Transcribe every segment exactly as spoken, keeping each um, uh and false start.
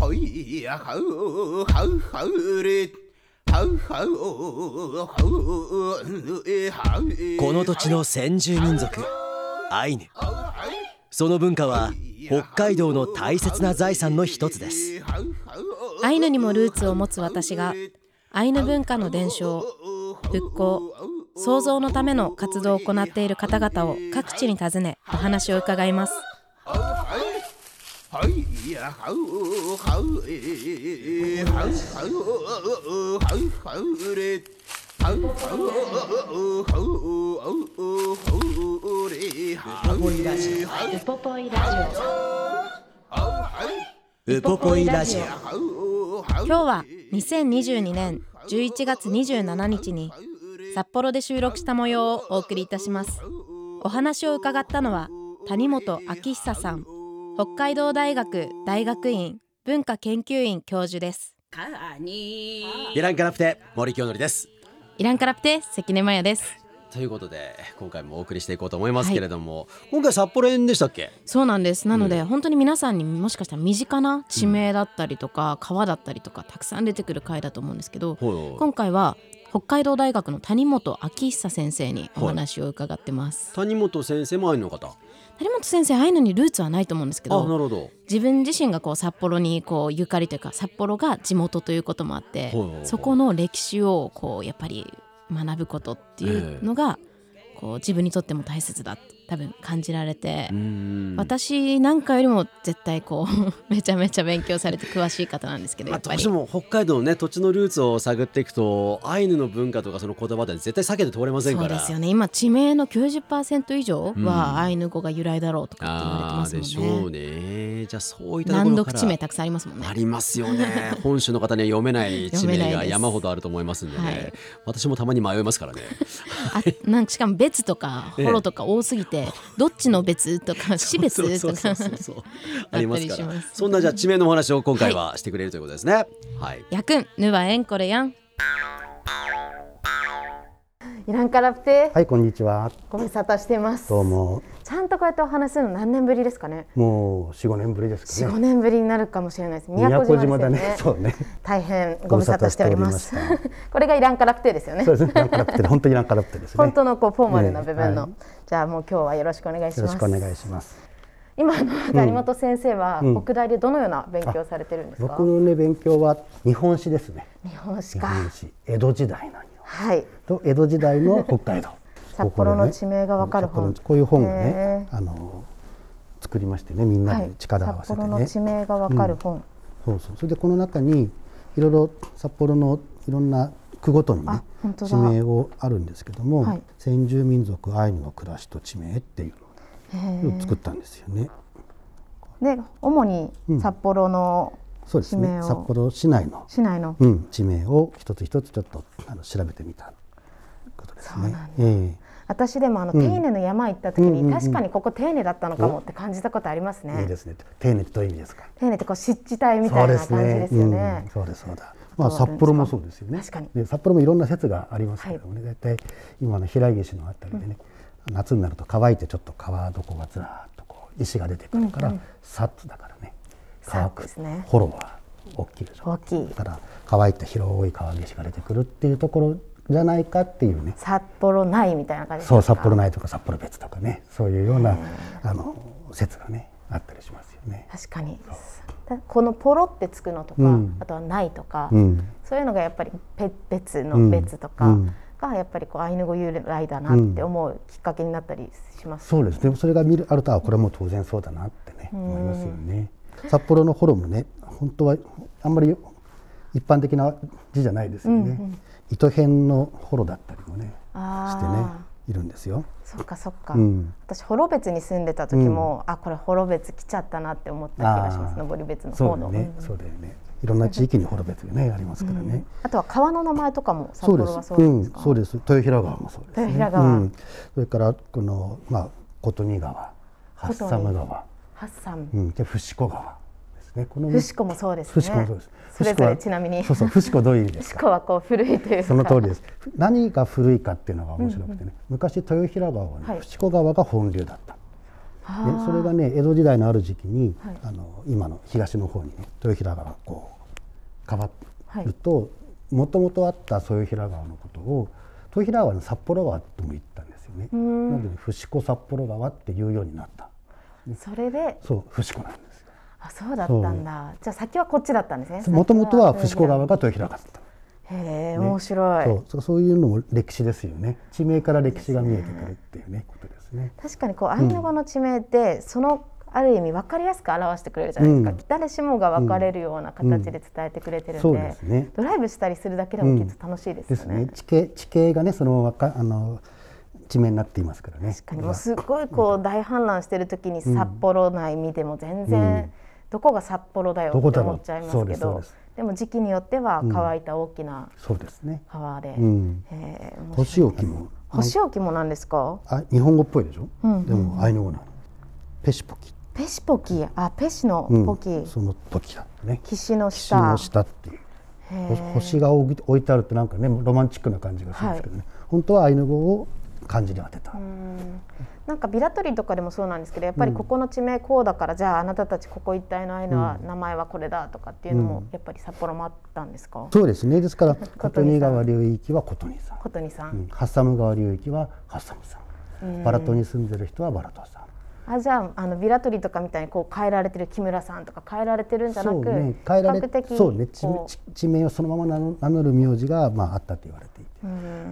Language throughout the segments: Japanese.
この土地の先住民族アイヌ、その文化は北海道の大切な財産の一つです。 アイヌにもルーツを持つ私がアイヌ文化の伝承、復興、創造のための活動を行っている方々を各地に訪ねお話を伺います。 ウポポイラジオ。ウポポイラジオ。 今日はにせんにじゅうにねんじゅういちがつにじゅうしちにちに札幌で収録した模様をお送りいたします。お話を伺ったのは谷本昭久さん、北海道大学大学院文化研究院教授です。 イランカラプテ森清則です。 イランカラプテ関根麻也です。 ということで今回もお送りしていこうと思いますけれども、はい、今回札幌編でしたっけ？ そうなんです。なので、うん、本当に皆さんにもしかしたら身近な地名だったりとか、うん、川だったりとかたくさん出てくる回だと思うんですけど、はい、今回は北海道大学の谷本昭久先生にお話を伺ってます。 はい、谷本先生もアイヌの方？ 谷本先生アイヌにルーツはないと思うんですけど、 あ、なるほど。 自分自身がこう札幌にこうゆかりというか札幌が地元ということもあって、はいはいはい、そこの歴史をこうやっぱり学ぶことっていうのが、えー、こう自分にとっても大切だって多分感じられて、私なんかよりも絶対こうめちゃめちゃ勉強されて詳しい方なんですけど、やっぱり、 まあ、どうしても北海道のね土地のルーツを探っていくとアイヌの文化とかその言葉って絶対避けて通れませんから。 そうですよね。今地名の きゅうじゅっパーセント 以上はアイヌ語が由来だろうとかって言われてますもんね。 でしょうね。じゃあそういったところから難読地名たくさんありますもんね。 ありますよね。本州の方には読めない地名が山ほどあると思いますんでね、はい、私もたまに迷いますからね。 あなんかしかも別とかホロとか多すぎて、ええ、どっちの別とか死別とかありますから、そんなじゃあ地名のお話を今回はしてくれるということですね。はい。 やくんぬはえんこれやん。イランカラプテ。 はい、こんにちは。 ご無沙汰してます。 どうも。 ちゃんとこうやってお話するの何年ぶりですかね？ もう よん、ごねんぶりですかね。 よん、ごねんぶりになるかもしれないです。 宮古島だね。そうね。 大変ご無沙汰しております。これがイランカラプテですよね。 そうですね。イランカラプテ、本当にイランカラプテですね。 本当のこうフォーマルな部分の、ね、はい、じゃあもう今日はよろしくお願いします。 よろしくお願いします。 今の谷本先生は北大でどのような勉強をされてるんですか？ 僕のね勉強は日本史ですね。 日本史か。 日本史、江戸時代の日本史、 はい、 と江戸時代の北海道。 札幌の地名がわかる本、 こういう本をねあの作りましてね、みんなで力を合わせてね、 はい、札幌の地名がわかる本、 うん、そうそう。それでこの中にいろいろ札幌のいろんな区ごとにね地名をあるんですけども、はい、先住民族アイヌの暮らしと地名っていうのを作ったんですよね。 で主に札幌の地名を、うん、 そうですね、札幌市内の、 市内の、 うん、地名を一つ一つちょっとあの調べてみたことですね。えー、 私でもあの、うん、丁寧の山行った時に、うんうんうん、確かにここ丁寧だったのかもって感じたことありますね。 いいですね。丁寧ってどういう意味ですか？ 丁寧ってこう湿地帯みたいな感じですよね。 そうですね、うん、そうですそうだ。まあ札幌もそうですよね。 確かに。 で札幌もいろんな説がありますけどもね、はい、大体今の平岸のあたりでね、うん、夏になると乾いてちょっと川床がずらーっとこう石が出てくるから、うんうん、サッツだからね、乾く、ね、ホロは大きいでしょ。 大きい。 だから乾いた広い川岸が出てくるっていうところじゃないかっていうね。 札幌内みたいな感じですか？ そう、札幌内とか札幌別とかね、そういうようなあの説がねあったりしますよね。 確かに。このポロってつくのとか、うん、あとはないとか、うん、そういうのがやっぱり別の別とかがやっぱりこうアイヌ語由来だなって思うきっかけになったりします、 うん、そうですね。それが見るあると、あ、これはもう当然そうだなってね、思いますよね。札幌のホロもね、本当はあんまり一般的な字じゃないですよね。うんうん、糸辺のホロだったりもねしてねいるんですよ。 そっかそっか、うん、私幌別に住んでた時も、うん、あ、これ幌別来ちゃったなって思った気がします。登別の方の。そうだね、そうだよね。いろんな地域に幌別がねありますからね、うん、 あとは川の名前とかも札幌はそうですか？ そうです、うん、そうです。豊平川もそうですね。 豊平川、うん、 それからこのまあ琴仁川、ハッサム川、 ハッサム、 うん、で伏子川ですね。この伏子もそうですね。 伏子もそうです。 それぞれちなみに。 そうそう、伏子どういう意味ですか？ 伏子はこう古いというか。 その通りです。何が古いかっていうのが面白くてね、うんうん、昔豊平川は、ね、はい、伏子川が本流だった。 それがね江戸時代のある時期に、はい、あの今の東の方にね豊平川がこう変わるともともとあった豊平川のことを豊平川の札幌川とも言ったんですよね。なので伏子札幌川っていうようになった、 ね、それでそう伏子なんですよ。 あ、そうだったんだ。じゃあ先はこっちだったんですね。 もともとは伏子川が豊平川だった。 へえ、ね、面白い。 そう、そういうのも歴史ですよね。地名から歴史が見えてくるっていうねことですね。 確かにこうアイヌ語の地名ってそのある意味分かりやすく表してくれるじゃないですか、うん、誰しもが分かれるような形で伝えてくれてるんで、うんうん、そうですね、ドライブしたりするだけでもきっと楽しいですよね。うん、ですね。地形、地形がねそのかあの地名になっていますからね。確かにもうすごいこう大氾濫してる時に札幌内見ても全然どこが札幌だよって思っちゃいますけど、でも時期によっては乾いた大きな川で、 星置も星置もなんですか？ あ、日本語っぽいでしょ、うんうん、でもアイヌ語なの。ペシポキ、 ペシポキ、あ、ペシのポキ、うん、 その時だね。 岸の下、 岸の下っていう星が置いてあるってなんかねロマンチックな感じがするんですけどね、はい、本当はアイヌ語を漢字に当てた。うん、 なんかビラトリとかでもそうなんですけど、やっぱりここの地名こうだから、うん、じゃああなたたちここ一帯のアイヌは名前はこれだとかっていうのもやっぱり札幌もあったんですか？うん、 そうですね。ですから琴仁川流域は琴仁さん、 琴仁さん、うん、 ハッサム川流域はハッサムさん、バラ島に住んでる人はバラ島さん。 あ、じゃあ、あのビラトリとかみたいにこう変えられてる木村さんとか変えられてるんじゃなく、そうね、変えられて、 そうね、地, 地名をそのまま名乗る名字が、まあ、あったと言われていて、うん、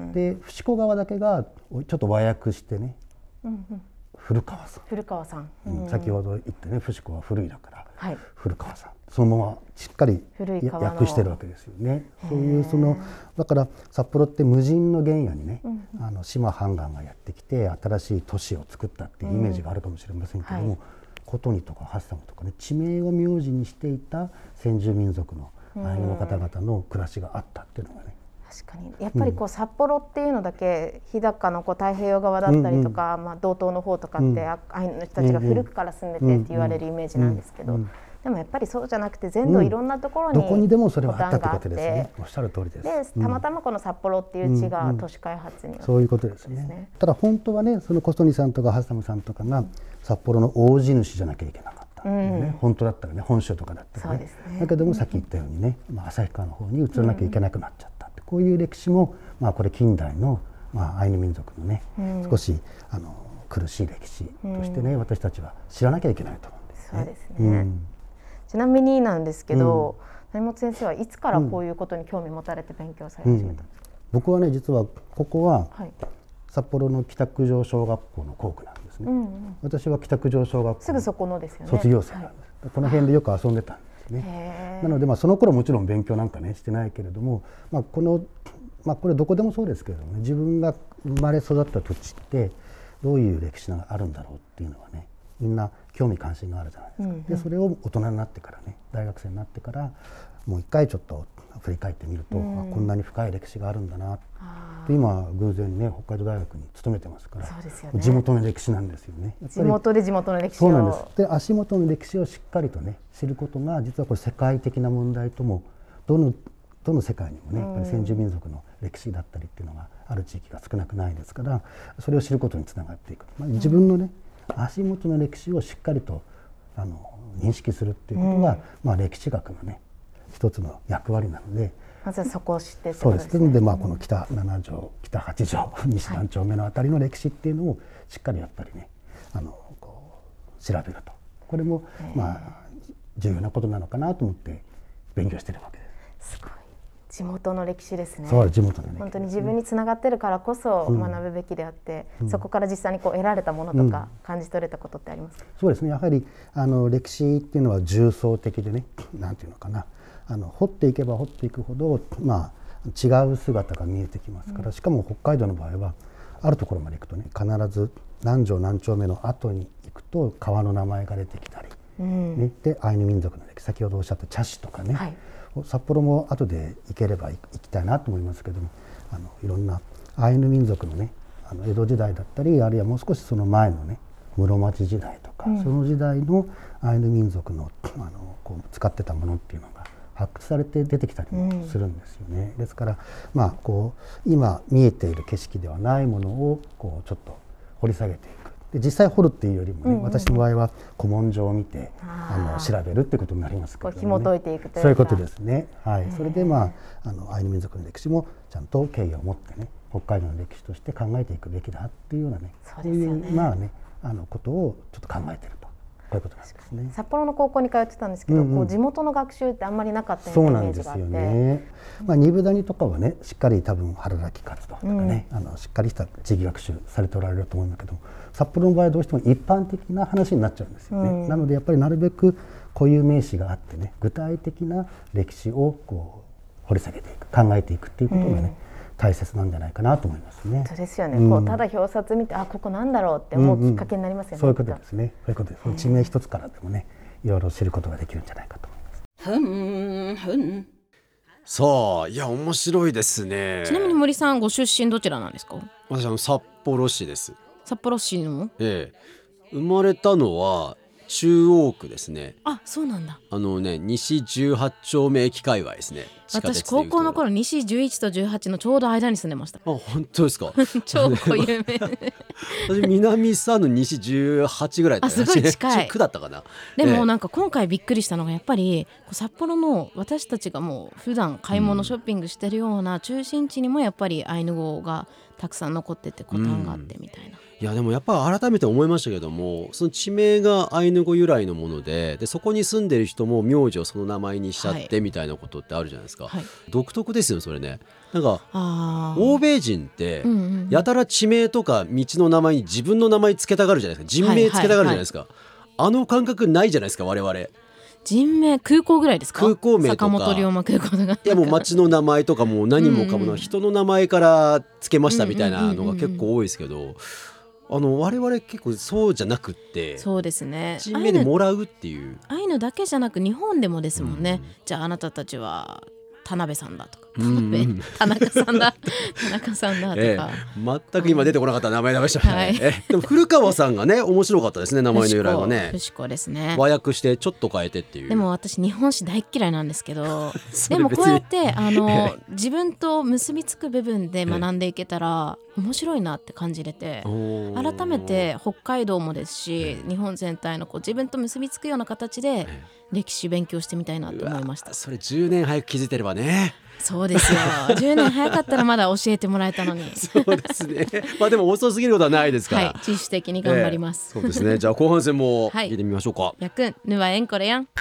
で伏子川だけがちょっと和訳してね、うんうん、古川さん、 古川さん、 うん、先ほど言ったね伏子は古いだから、はい、古川さんそのまましっかり訳してるわけですよね。そういうそのだから札幌って無人の原野にね、うんうん、あの島半岸がやってきて新しい都市を作ったっていうイメージがあるかもしれませんけども、うんはい、琴仁とかハッサムとかね地名を名字にしていた先住民族のアイヌの方々の暮らしがあったっていうのがね。 確かにやっぱりこう札幌っていうのだけ、うん、日高のこう太平洋側だったりとか、うんうん、まあ、道東の方とかって、うん、アイヌの人たちが古くから住んでてって言われるイメージなんですけど、うんうんうん、でもやっぱりそうじゃなくて全土いろんなところに、 うん、どこにでもそれはあったってことですね。おっしゃる通りです。 でたまたまこの札幌っていう地が都市開発によって、 そういうことですね。ただ本当はねその琴仁さんとかハッサムさんとかが札幌の大地主じゃなきゃいけなかった、ね、うん、本当だったらね本州とかだったら ね, ねだけどもさっき言ったようにね、まあ、旭川の方に移らなきゃいけなくなっちゃったって、うん、こういう歴史も、まあ、これ近代の、まあ、アイヌ民族のね、うん、少しあの苦しい歴史としてね、うん、私たちは知らなきゃいけないと思うんですね。 そうですね、うん、ちなみになんですけど、うん、谷本先生はいつからこういうことに興味持たれて勉強され始めたんですか？ うん、僕はね実はここは札幌の北九条小学校の校区なんですね、うんうん、私は北九条小学校すぐそこのですよね、 卒業生なんです、はい、この辺でよく遊んでたんですね。なので、まあ、その頃もちろん勉強なんかねしてないけれども、まあこのまあ、これどこでもそうですけれどもね、自分が生まれ育った土地ってどういう歴史があるんだろうっていうのはねみんな興味関心があるじゃないですか、うんうん、でそれを大人になってからね大学生になってからもう一回ちょっと振り返ってみると、うん、あこんなに深い歴史があるんだなって今偶然ね北海道大学に勤めてますから、そうですよね、地元の歴史なんですよね。やっぱり地元で地元の歴史をそうなんです。で足元の歴史をしっかりとね知ることが実はこれ世界的な問題ともどのどの世界にもねやっぱり先住民族の歴史だったりっていうのがある地域が少なくないですから、それを知ることにつながっていく、まあ、自分のね、うん、足元の歴史をしっかりとあの認識するっていうことが、うん、まあ、歴史学のね一つの役割なので、 まずはそこを知ってそうですね。で、まあ、この北なな条北はち条西何丁目のあたりの歴史っていうのをしっかりやっぱりねあのこう調べると、これもまあ重要なことなのかなと思って勉強してるわけです。 すごい地元の歴史ですね。 そう地元の歴史、ね、 本当に自分につながってるからこそ学ぶべきであって、うん、そこから実際にこう得られたものとか感じ取れたことってありますか？ うん、そうですね。やはりあの歴史っていうのは重層的でね、なんていうのかな、あの掘っていけば掘っていくほど、まあ、違う姿が見えてきますから、うん、しかも北海道の場合はあるところまで行くとね必ず何条何丁目の後に行くと川の名前が出てきたり、うんね、でアイヌ民族の歴史先ほどおっしゃった茶師とかね、はい、札幌も後で行ければ行きたいなと思いますけども、あのいろんなアイヌ民族のねあの江戸時代だったりあるいはもう少しその前のね室町時代とか、うん、その時代のアイヌ民族の、あのこう使ってたものっていうのが発掘されて出てきたりもするんですよね。うん、ですから、まあ、こう今見えている景色ではないものをこうちょっと掘り下げていく。 で実際掘るっていうよりもね、うんうん、私の場合は古文書を見てあの調べるってことになりますけど、ね、 こう紐解いていくというか、 そういうことですね、はい、それで、まあ、あのアイヌ民族の歴史もちゃんと敬意を持ってね北海道の歴史として考えていくべきだっていうようなね、 そうですよね、 こういう、まあね、あのことをちょっと考えていると、こういうことなんですね。 札幌の高校に通ってたんですけど、うんうん、こう地元の学習ってあんまりなかったようなイメージがあって。そうなんですよね、まあ、二部谷とかはねしっかり多分働き活動とかね、うん、あのしっかりした地域学習されておられると思うんだけど、札幌の場合はどうしても一般的な話になっちゃうんですよね、うん、なのでやっぱりなるべく固有名詞があってね、具体的な歴史をこう掘り下げていく、考えていくっていうことがね、うん、大切なんじゃないかなと思いますね。 そうですよね、うん、こうただ表札見てあここなんだろうって思うきっかけになりますよね、うんうん、 そういうことですね。そういうことです。その地名一つからでもねいろいろ知ることができるんじゃないかと思います。ふんふん。さあ、いや面白いですね。 ちなみに森さんご出身どちらなんですか？ 私は札幌市です。 札幌市の、 ええ、生まれたのは中央区ですね。 あ、そうなんだ。 あのね、西じゅうはち丁目駅界隈ですね。 私高校の頃西じゅういちとじゅうはちのちょうど間に住んでました。あ、 本当ですか？ 超有名私南さの西じゅうはちぐらいだった、ね、 あ、すごい近い。 区だったかな。 でもなんか今回びっくりしたのがやっぱり札幌の私たちがもう普段買い物ショッピングしてるような中心地にもやっぱりアイヌ語がたくさん残っててコタンがあってみたいな、 いやでもやっぱ改めて思いましたけども、その地名がアイヌ語由来のもの で, でそこに住んでる人も名字をその名前にしちゃってみたいなことってあるじゃないですか、はい、独特ですよそれね。なんか欧米人ってやたら地名とか道の名前に自分の名前つけたがるじゃないですか。人名つけたがるじゃないですか、はいはいはい、あの感覚ないじゃないですか我々。 人名、空港ぐらいですか？ 空港名とか坂本龍馬空港とか、 いやもう町の名前とかも何もかも人の名前からつけましたみたいなのが結構多いですけど、あの我々結構そうじゃなくって、 そうですね、 人名でもらうっていう、 アイヌだけじゃなく日本でもですもんね、うん、じゃああなたたちは田辺さんだとか、田辺、うん、田中さんだ田中さんだとか、ええ、全く今出てこなかった名前でしたね、はい、えでも古川さんがね面白かったですね、名前の由来はね。 ふしこですね。 和訳してちょっと変えてっていう。 でも私日本史大嫌いなんですけどでもこうやってあの自分と結びつく部分で学んでいけたら面白いなって感じれて、改めて北海道もですし日本全体のこう自分と結びつくような形で歴史勉強してみたいなと思いました。 それじゅうねん早く気づいてればね。 そうですよじゅうねん早かったらまだ教えてもらえたのにそうですね、まあでも遅すぎることはないですから、 はい、自主的に頑張ります、 えー、そうですね。じゃあ後半戦も入れてみましょうか。 やくんぬはえんこれやん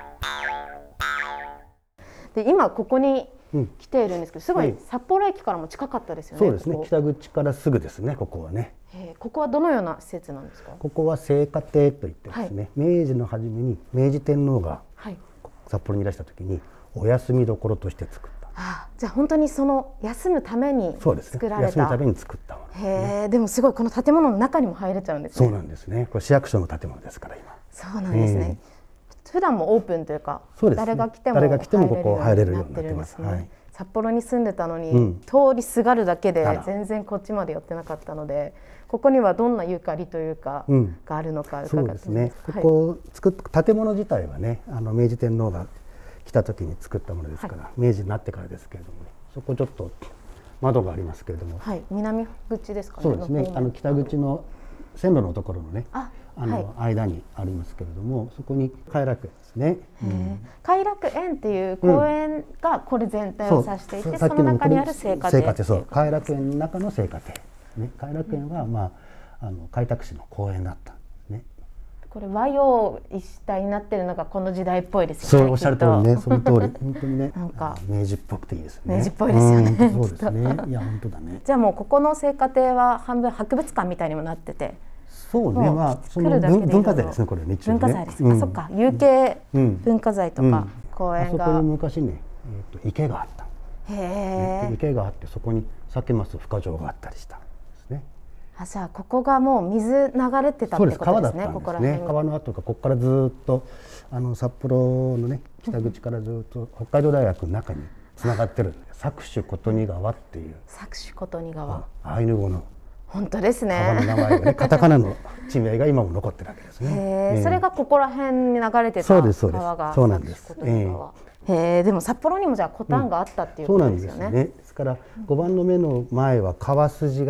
で今ここに来ているんですけど、すごい札幌駅からも近かったですよね、 そうですね、北口からすぐですね、ここはね。 ここはどのような施設なんですか？ ここは聖火亭といってですね、はい、明治の初めに明治天皇が札幌にいらした時にお休みどころとして作った、 ああ、じゃあ本当にその休むために作られた、 休むために作ったものですね。 へえ、でもすごいこの建物の中にも入れちゃうんですね。 そうなんですね、これ市役所の建物ですから今。 そうなんですね、えー、普段もオープンというか、 そうですね、 誰が来ても誰が来てもここ入れるようになってますね、はい、 札幌に住んでたのに、うん、通りすがるだけで全然こっちまで寄ってなかったので、ここにはどんなゆかりというか、うん、があるのか伺ってみます。そうですね、ここ作っ建物自体はね、あの明治天皇が来た時に作ったものですから、はい、明治になってからですけれども、ね、そこちょっと窓がありますけれども、はい、南口ですかね。そうですね、あの北口の線路のところのね、ああの、はい、間にありますけれども、そこに偕楽園ですね、うん、偕楽園っていう公園がこれ全体を指していて、うん、そ, その中にある聖火亭、そう、偕楽園の中の聖火亭、ね、偕楽園は、まあ、あの開拓使の公園だったんですね。これ和洋一体になっているのがこの時代っぽいですよね。そうおっしゃる通りね、その通り本当にね、なんか明治っぽくていいですね。明治っぽいですよね、うん、そうですねいや本当だね。じゃあもうここの聖火亭は半分博物館みたいにもなってて、そうね、まあその文化財ですね、これね、一応ね、文化財です、うん、あ、そっか、有形文化財とか、うん、公園が、あそこに昔ね、えー、と池があった。へえ、ね、池があって、そこに酒ます孵化場があったりしたんですね。あ、じゃあここがもう水流れてたってことですね。そうです、川だったんですね、ここら辺。川の後がここからずっとあの札幌のね北口からずっと北海道大学の中につながってる佐久市琴仁川っていう、佐久市琴仁川、アイヌ語の本当ですね、川の名前がね、カタカナの地名が今も残ってるわけですね。へえ、それがここら辺に流れてた川が佐久市琴仁川。へえ、でも札幌にもじゃあコタンがあったっていうことですよね。うん、そうなんですね。ですからごばんの目の前は川筋があって、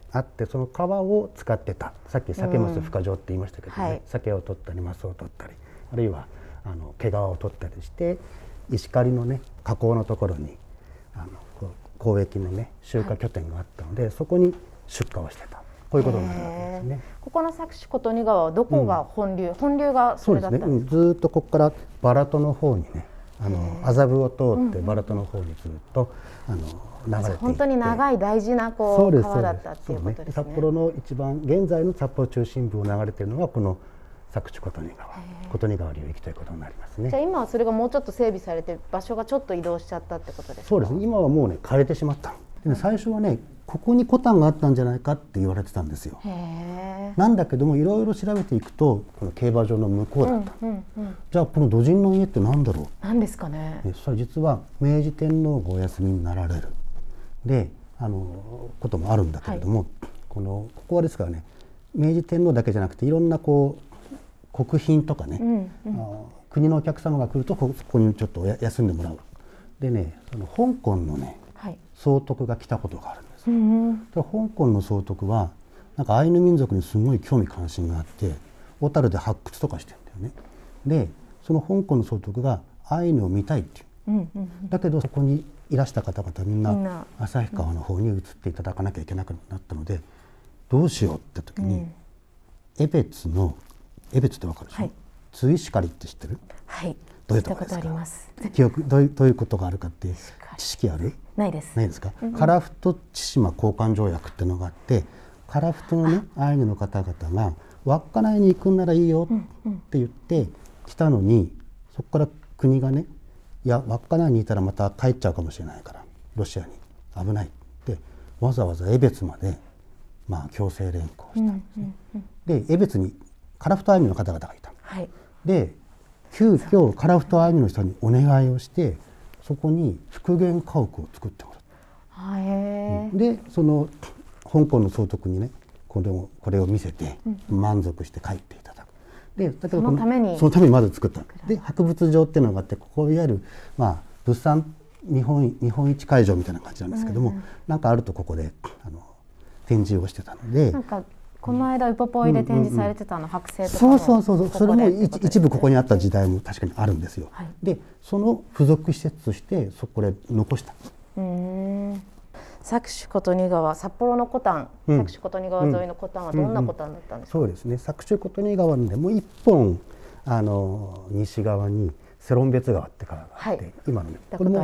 あって、その川を使ってた、さっき鮭マス孵化場って言いましたけどね、はい、鮭を取ったりマスを取ったり、あるいはあの毛皮を取ったりして石狩のね河口のところにあの交易のね集荷拠点があったので、はい、そこに出荷をしてた、こういうことになるわけですね。 ここの佐久市琴仁川はどこが本流、うん、本流がそれだったんですか？ そうですね、ずっとここからバラトの方にね、あの麻布を通ってバラトの方にずっと、うん、あの流れていって、 本当に長い大事なこう川だったっていうことですね。 札幌の一番現在の札幌中心部を流れているのがこの佐久市琴仁川、琴仁川流域ということになりますね。 じゃあ今はそれがもうちょっと整備されて場所がちょっと移動しちゃったってことですか？ そうですね、今はもうね枯れてしまった。でね、最初はねここにコタンがあったんじゃないかって言われてたんですよ。へなんだけどもいろいろ調べていくとこの競馬場の向こうだった、うんうんうん、じゃあこの土人の家って何だろう、 何ですかね。 でそれ実は明治天皇がお休みになられるであのこともあるんだけれども、はい、このここはですからね明治天皇だけじゃなくていろんなこう国賓とかね、うんうん、あ国のお客様が来るとここにちょっと休んでもらう。でねその香港のね、はい、総督が来たことがあるんです、うん、で香港の総督はなんかアイヌ民族にすごい興味関心があって小樽で発掘とかしてるんだよね。でその香港の総督がアイヌを見たいっていう、うんうんうん、だけどそこにいらした方々みんな旭川の方に移っていただかなきゃいけなくなったので、うん、どうしようって時に、うん、江別の江別ってわかるでしょ、はい、津石狩りって知ってる？はい、どういうところですか？記憶どういう、どういうことがあるかって知識ある？ ないです。 ないですか？うんうん、樺太千島交換条約っていうのがあって、樺太のねアイヌの方々が稚内に行くんならいいよって言って来たのに、そこから国がねいや稚内にいたらまた帰っちゃうかもしれないからロシアに危ないってわざわざ江別までまあ強制連行したんですね。うんうんうん、で江別に樺太アイヌの方々がいた、はい、で急遽樺太アイヌの人にお願いをしてそこに復元家屋を作ってもらった。へー。でその香港の総督にねこれを、これを見せて満足して帰っていただく。でだけどそのためにそのためにまず作った。で博物場っていうのがあってここいわゆるまあ物産日本日本一会場みたいな感じなんですけども、うんうん、なんかあるとここであの展示をしてたので。 なんかこの間ウポポイで展示されてたの、うんうんうん、剥製とかもそうそうそうそう、それも一部ここにあった時代も確かにあるんですよ、はい、でその付属施設としてそこで残した。うーん佐久市琴仁川、札幌のコタン、うん、佐久市琴仁川沿いのコタンはどんなコタンだったんですか？ うんうんうん、そうですね、佐久市琴仁川でもう一本あの西側にセロン別川って川があって、はい、今のねこれも、うん、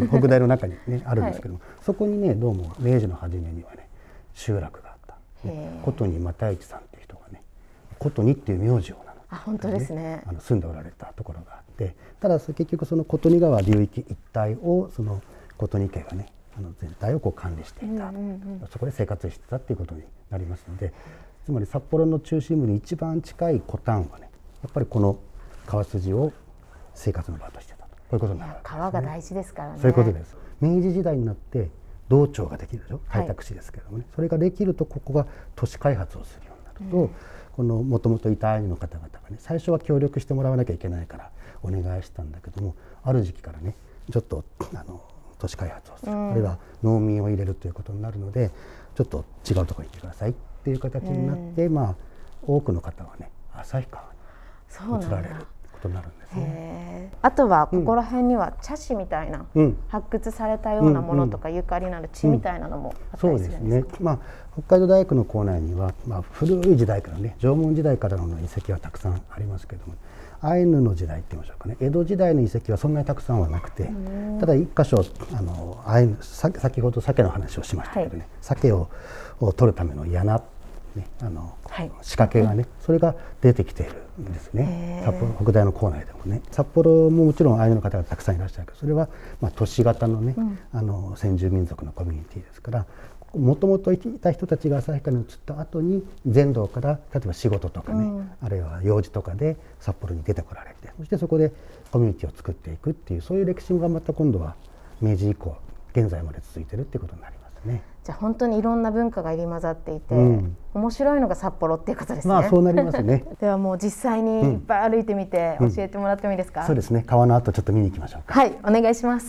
北大の中に、ね、あるんですけども、はい、そこにねどうも明治の初めにはね集落が琴仁又一さんっていう人がね琴仁っていう名字を名乗って、ね、 あ本当ですね、 あの住んでおられたところがあって、ただ結局その琴仁川流域一帯をその琴仁家がねあの全体をこう管理していた、うんうんうん、そこで生活してたっていうことになりますので、つまり札幌の中心部に一番近いコタンはねやっぱりこの川筋を生活の場としてたと、こういうことになるわけですね。 川が大事ですからね。 そういうことです。明治時代になって道庁ができるでしょ、開拓使ですけれどもね、はい、それができるとここが都市開発をするようになると、うん、このもともといたアイヌの方々がね最初は協力してもらわなきゃいけないからお願いしたんだけども、ある時期からねちょっとあの都市開発をする、うん、あるいは農民を入れるということになるのでちょっと違うところに行ってくださいっていう形になって、うん、まあ多くの方はね旭川に移られることになるんですね。 あとはここら辺には茶師みたいな、うん、発掘されたようなものとか、うん、ゆかりのある地みたいなのもあったりするんですか？ そうですね、まあ、北海道大学の構内には、まあ、古い時代からね縄文時代からの遺跡はたくさんありますけれども、アイヌの時代って言いましょうかね、江戸時代の遺跡はそんなにたくさんはなくて、ただ一箇所あのアイヌ先ほど鮭の話をしましたけどね、はい、鮭をを取るための柳ね、あのはい、仕掛けがね、それが出てきているんですね。札幌北大の構内でもね、札幌ももちろんアイヌの方がたくさんいらっしゃるけど、それはまあ都市型のね、うん、あの先住民族のコミュニティですから、もともといた人たちが旭川に移った後に全道から例えば仕事とかね、うん、あるいは用事とかで札幌に出てこられて、そしてそこでコミュニティを作っていくっていう、そういう歴史がまた今度は明治以降現在まで続いているっていうことになりますね。 じゃあ本当にいろんな文化が入り混ざっていて、うん、面白いのが札幌っていうことですね。 まあそうなりますね。 ではもう実際にいっぱい歩いてみて教えてもらってもいいですか？ うんうん、そうですね。川の後ちょっと見に行きましょうか。 はい、お願いします。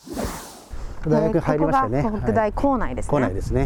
よろしくお願いします。大学入りましたね。 ここが北大構内ですね。 構内ですね。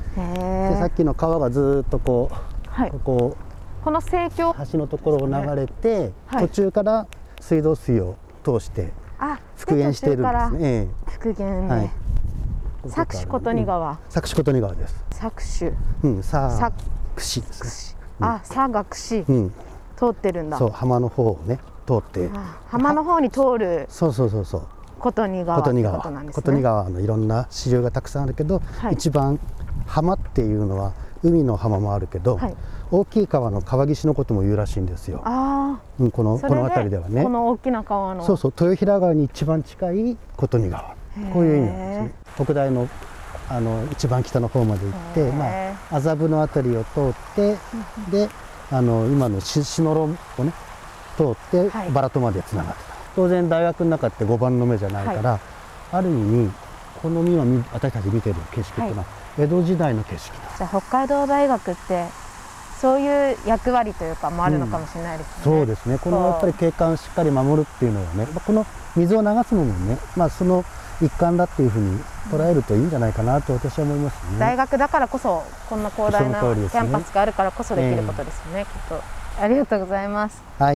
でさっきの川がずっとこう、はい、こここの生協橋のところを流れて、はい、途中から水道水を通して復元しているんですね。 復元ね、はい、佐久市琴仁川、 佐久市琴仁川です。 佐久市、 うん、佐久市ですね。 あ、佐賀市、うん、通ってるんだ。 そう、浜の方をね通って、 浜の方に通る、 そうそうそうそう、 琴仁川ってことなんですね。 琴仁川のいろんな支流がたくさんあるけど、はい、一番浜っていうのは海の浜もあるけど、はい、大きい川の川岸のことも言うらしいんですよ。あ、うん、このこの辺りではね、 この大きな川の、 そうそう、豊平川に一番近い琴仁川、こういう意味なんですね。北大のあの一番北の方まで行って、まあ麻布の辺りを通ってで、あの今のし篠路をね通ってバラトまでつながってた。当然大学の中ってごばんの目じゃないから、はい、ある意味この今私たち見てる景色っていうのは江戸時代の景色だ。 じゃあ北海道大学ってそういう役割というかもあるのかもしれないですね。 うん、そうですね。このやっぱり景観をしっかり守るっていうのはね、この水を流すのもね、まあその一環だっていうふうに捉えるといいんじゃないかなと私は思いますね。 大学だからこそこんな広大なキャンパスがあるからこそできることですよね、えー、きっと。ありがとうございます。 はい。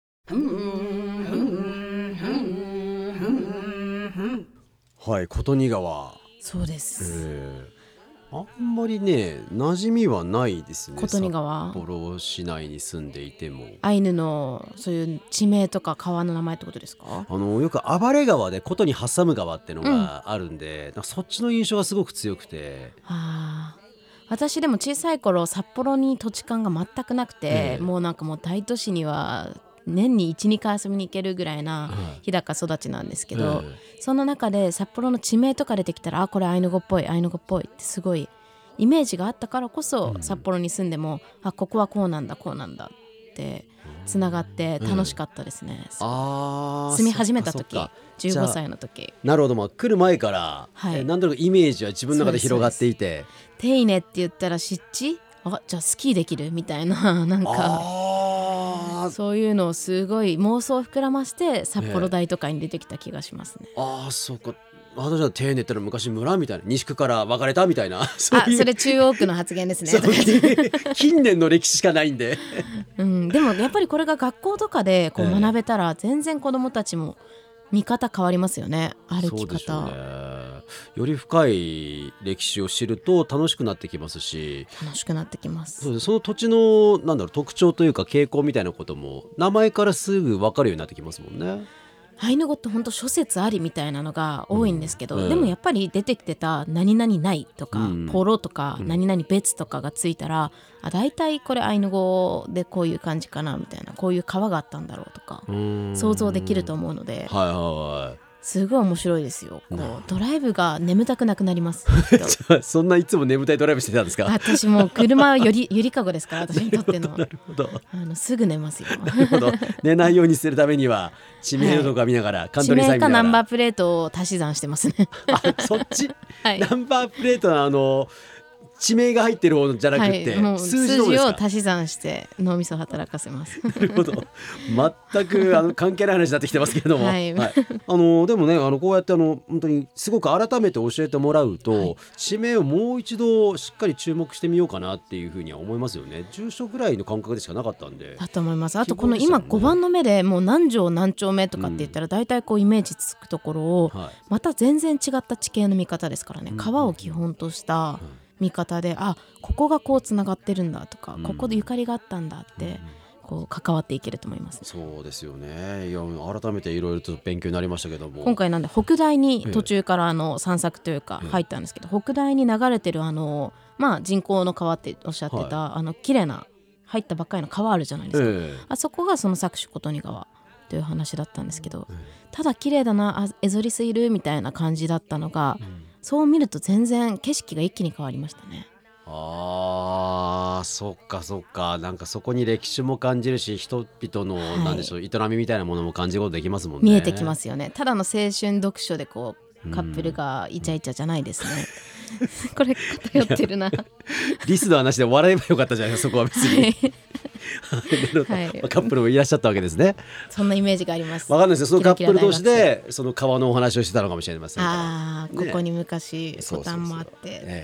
はい、琴仁川。 そうです。 えーあんまりね馴染みはないですね。 琴仁川、 札幌市内に住んでいてもアイヌのそういう地名とか川の名前ってことですか？ あのよく暴れ川で琴に挟む川ってのがあるんで、うん、なんかそっちの印象がすごく強くて、 はあ、私でも小さい頃札幌に土地勘が全くなくて、えー、もうなんかもう大都市には年に いち,に 回遊びに行けるぐらいな日高育ちなんですけど、はい、その中で札幌の地名とか出てきたら、あ、これアイヌ語っぽいアイヌ語っぽいってすごいイメージがあったからこそ、うん、札幌に住んでもあ、ここはこうなんだこうなんだってつながって楽しかったですね。うん、あ住み始めた時じゅうごさいの時。 なるほど、まあ、来る前から、はい、えなんとなくイメージは自分の中で広がっていて、 テイネって言ったら湿地、あ、じゃあスキーできるみたいな、なんかそういうのをすごい妄想を膨らまして札幌大都会に出てきた気がしますね。 ああ、そうか。あ、じゃあテーネってのは昔村みたいな、西区から分かれたみたいなそういう、あ、それ中央区の発言ですね近年の歴史しかないんで、 うん、でもやっぱりこれが学校とかでこう学べたら全然子どもたちも見方変わりますよね、歩き方。そうでしょうね。 より深い歴史を知ると楽しくなってきますし、 楽しくなってきます。 そうで、その土地のなんだろう特徴というか傾向みたいなことも名前からすぐ分かるようになってきますもんね。 アイヌ語って本当諸説ありみたいなのが多いんですけど、うん、でもやっぱり出てきてた何々ないとか、うん、ポロとか、うん、何々別とかがついたら、あ、大体これアイヌ語でこういう感じかなみたいな、こういう川があったんだろうとか想像できると思うので、はいはいはい、すごい面白いですよ。こうドライブが眠たくなくなりますそんないつも眠たいドライブしてたんですか？ 私もう車はよりゆりかごですから、私にとってのなるほど、 あのすぐ寝ますよなるほど、寝ないようにするためには地名とか見ながら、はい、カントリーサイン見ながら地名かナンバープレートを足し算してますねあ、そっち、はい、ナンバープレートのあの地名が入ってる方じゃなくて、はい、もう数字の方ですか？ 数字を足し算して脳みそを働かせますなるほど、全くあの関係ない話になってきてますけれども、はいはい、あのでもね、あのこうやってあの本当にすごく改めて教えてもらうと、はい、地名をもう一度しっかり注目してみようかなっていうふうには思いますよね。住所ぐらいの感覚でしかなかったんで。 だと思います。あとこの今ごばんの目でもう何条何丁目とかって言ったら大体こうイメージつくところを、また全然違った地形の見方ですからね、川を基本とした見方で、あ、ここがこうつながってるんだとか、ここでゆかりがあったんだってこう関わっていけると思います。 そうですよね。いや、改めていろいろと勉強になりましたけども、 今回なんで北大に途中からあの散策というか入ったんですけど、北大に流れてるあの、まあ、人工の川っておっしゃってた、はい、あの綺麗な入ったばっかりの川あるじゃないですか、えー、あそこがその佐久市琴仁川という話だったんですけど、えー、ただ綺麗だな、あ、エゾリスいるみたいな感じだったのが、うん、そう見ると全然景色が一気に変わりましたね。 あー、そっかそっか。なんかそこに歴史も感じるし、人々の、はい、なんでしょう、営みみたいなものも感じることできますもんね。 見えてきますよね。ただの青春読書でこうカップルがイチャイチャじゃないですね、うん、これ偏ってるなリスの話で笑えばよかったじゃないですか、そこは別にはい、カップルもいらっしゃったわけですね。 そんなイメージがあります。 わかんないですよ、そのカップル同士でその川のお話をしてたのかもしれませんから。 あ、ね、ここに昔ボタンもあって、えー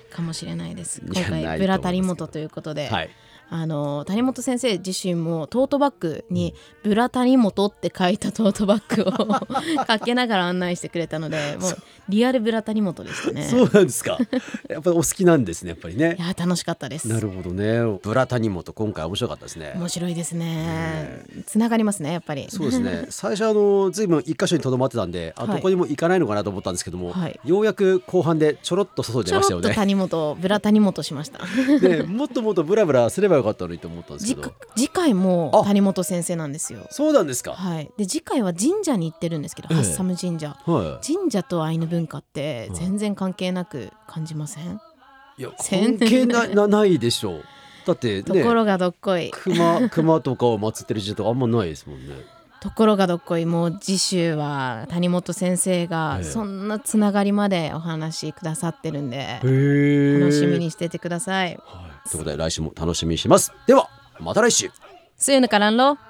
かもしれないです。今いやないと思いますけど回ブラ谷本ということで、 はい、 あの谷本先生自身もトートバッグにブラ谷本って書いたトートバッグをかけながら案内してくれたので、もうリアルブラ谷本でしたね。 そうなんですか。やっぱりお好きなんですね、やっぱりね。 いや楽しかったです。 なるほどね。ブラ谷本今回面白かったですね。 面白いですね。つながりますね、やっぱり。 そうですね。最初あのずいぶん一箇所にとどまってたんで、あ、 はい、 どこにも行かないのかなと思ったんですけども、はい、ようやく後半でちょろっと外に出ましたよね。 ちょろっと谷本ブラ谷本しましたでもっともっとブラブラすればよかったのにと思ったんですけど、 次回も谷本先生なんですよ。 そうなんですか。 はい、で次回は神社に行ってるんですけど、ええ、ハッサム神社、はい、神社とアイヌ文化って全然関係なく感じません？ いや関係 な, な, ないでしょう。だって、ね、 ところがどっこい熊, 熊とかを祀ってる神社とかあんまないですもんね。 ところがどっこい、もう次週は谷本先生がそんなつながりまでお話しくださってるんで、楽しみにしててください。 はい、ということで来週も楽しみにします。ではまた来週。 See you in the Karanlo.